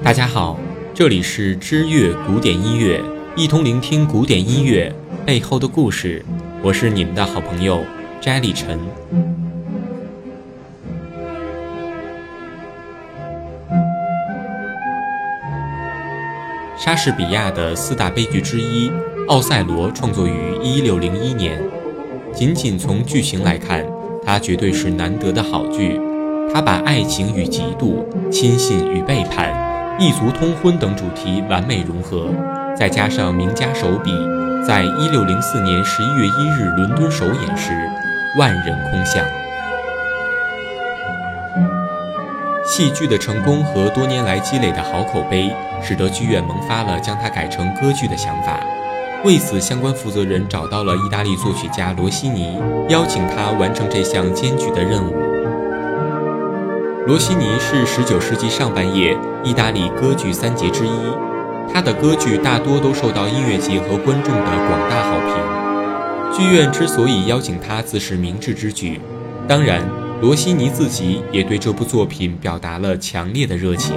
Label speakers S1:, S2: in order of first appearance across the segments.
S1: 大家好，这里是知乐古典音乐，一同聆听古典音乐背后的故事。我是你们的好朋友斋里晨。莎士比亚的四大悲剧之一《奥赛罗》创作于1601年。仅仅从剧情来看，它绝对是难得的好剧。它把爱情与嫉妒、亲信与背叛、异族通婚等主题完美融合，再加上名家手笔，在1604年11月1日伦敦首演时，万人空巷。戏剧的成功和多年来积累的好口碑，使得剧院萌发了将它改成歌剧的想法。为此，相关负责人找到了意大利作曲家罗西尼，邀请他完成这项艰巨的任务。罗西尼是19世纪上半叶意大利歌剧三杰之一，他的歌剧大多都受到音乐界和观众的广大好评。剧院之所以邀请他，自是明智之举。当然，罗西尼自己也对这部作品表达了强烈的热情。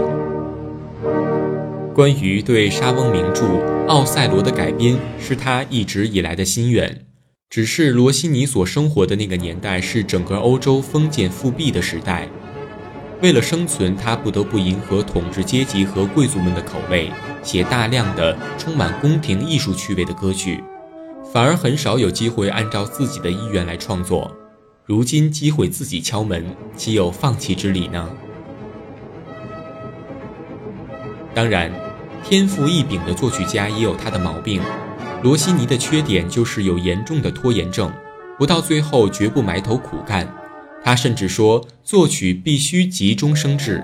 S1: 关于对莎翁名著《奥赛罗》的改编，是他一直以来的心愿。只是罗西尼所生活的那个年代是整个欧洲封建复辟的时代，为了生存，他不得不迎合统治阶级和贵族们的口味，写大量的充满宫廷艺术趣味的歌剧，反而很少有机会按照自己的意愿来创作。如今机会自己敲门，岂有放弃之理呢？当然，天赋异禀的作曲家也有他的毛病。罗西尼的缺点就是有严重的拖延症，不到最后绝不埋头苦干。他甚至说，作曲必须急中生智。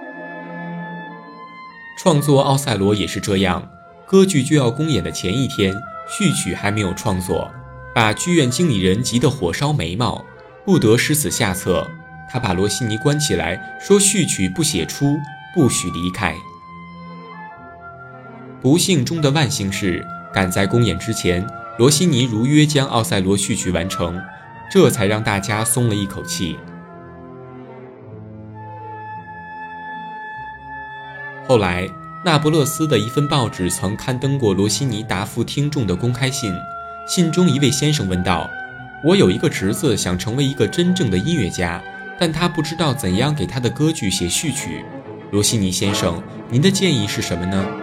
S1: 创作《奥赛罗》也是这样，歌剧就要公演的前一天，序曲还没有创作，把剧院经理人急得火烧眉毛，不得失此下策。他把罗西尼关起来，说序曲不写出，不许离开。不幸中的万幸是，赶在公演之前，罗西尼如约将《奥赛罗》序曲完成，这才让大家松了一口气。后来，那不勒斯的一份报纸曾刊登过罗西尼答复听众的公开信，信中一位先生问道：“我有一个侄子想成为一个真正的音乐家，但他不知道怎样给他的歌剧写序曲。罗西尼先生，您的建议是什么呢？”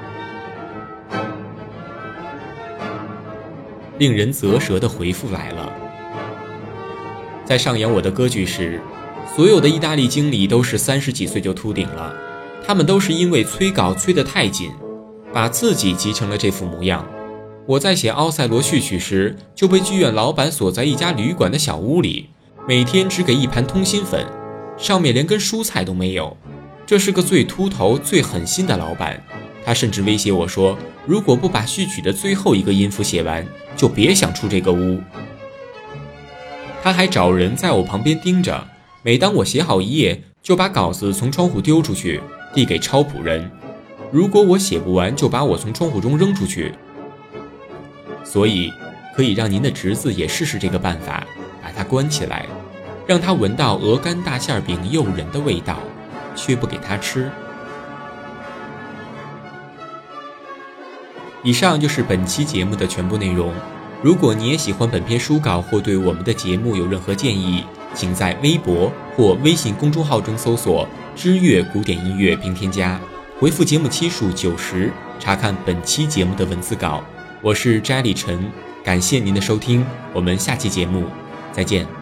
S1: 令人啧舌的回复来了。在上演我的歌剧时，所有的意大利经理都是30几岁就秃顶了，他们都是因为催稿催得太紧，把自己急成了这副模样。我在写《奥赛罗》序曲时，就被剧院老板锁在一家旅馆的小屋里，每天只给一盘通心粉，上面连根蔬菜都没有。这是个最秃头最狠心的老板，他甚至威胁我说，如果不把序曲的最后一个音符写完，就别想出这个屋。他还找人在我旁边盯着，每当我写好一页，就把稿子从窗户丢出去，递给抄谱人。如果我写不完，就把我从窗户中扔出去。所以，可以让您的侄子也试试这个办法，把他关起来，让他闻到鹅肝大馅饼诱人的味道，却不给他吃。以上就是本期节目的全部内容。如果你也喜欢本篇书稿或对我们的节目有任何建议，请在微博或微信公众号中搜索知乐古典音乐并添加，回复节目期数90，查看本期节目的文字稿。我是斋里晨，感谢您的收听，我们下期节目再见。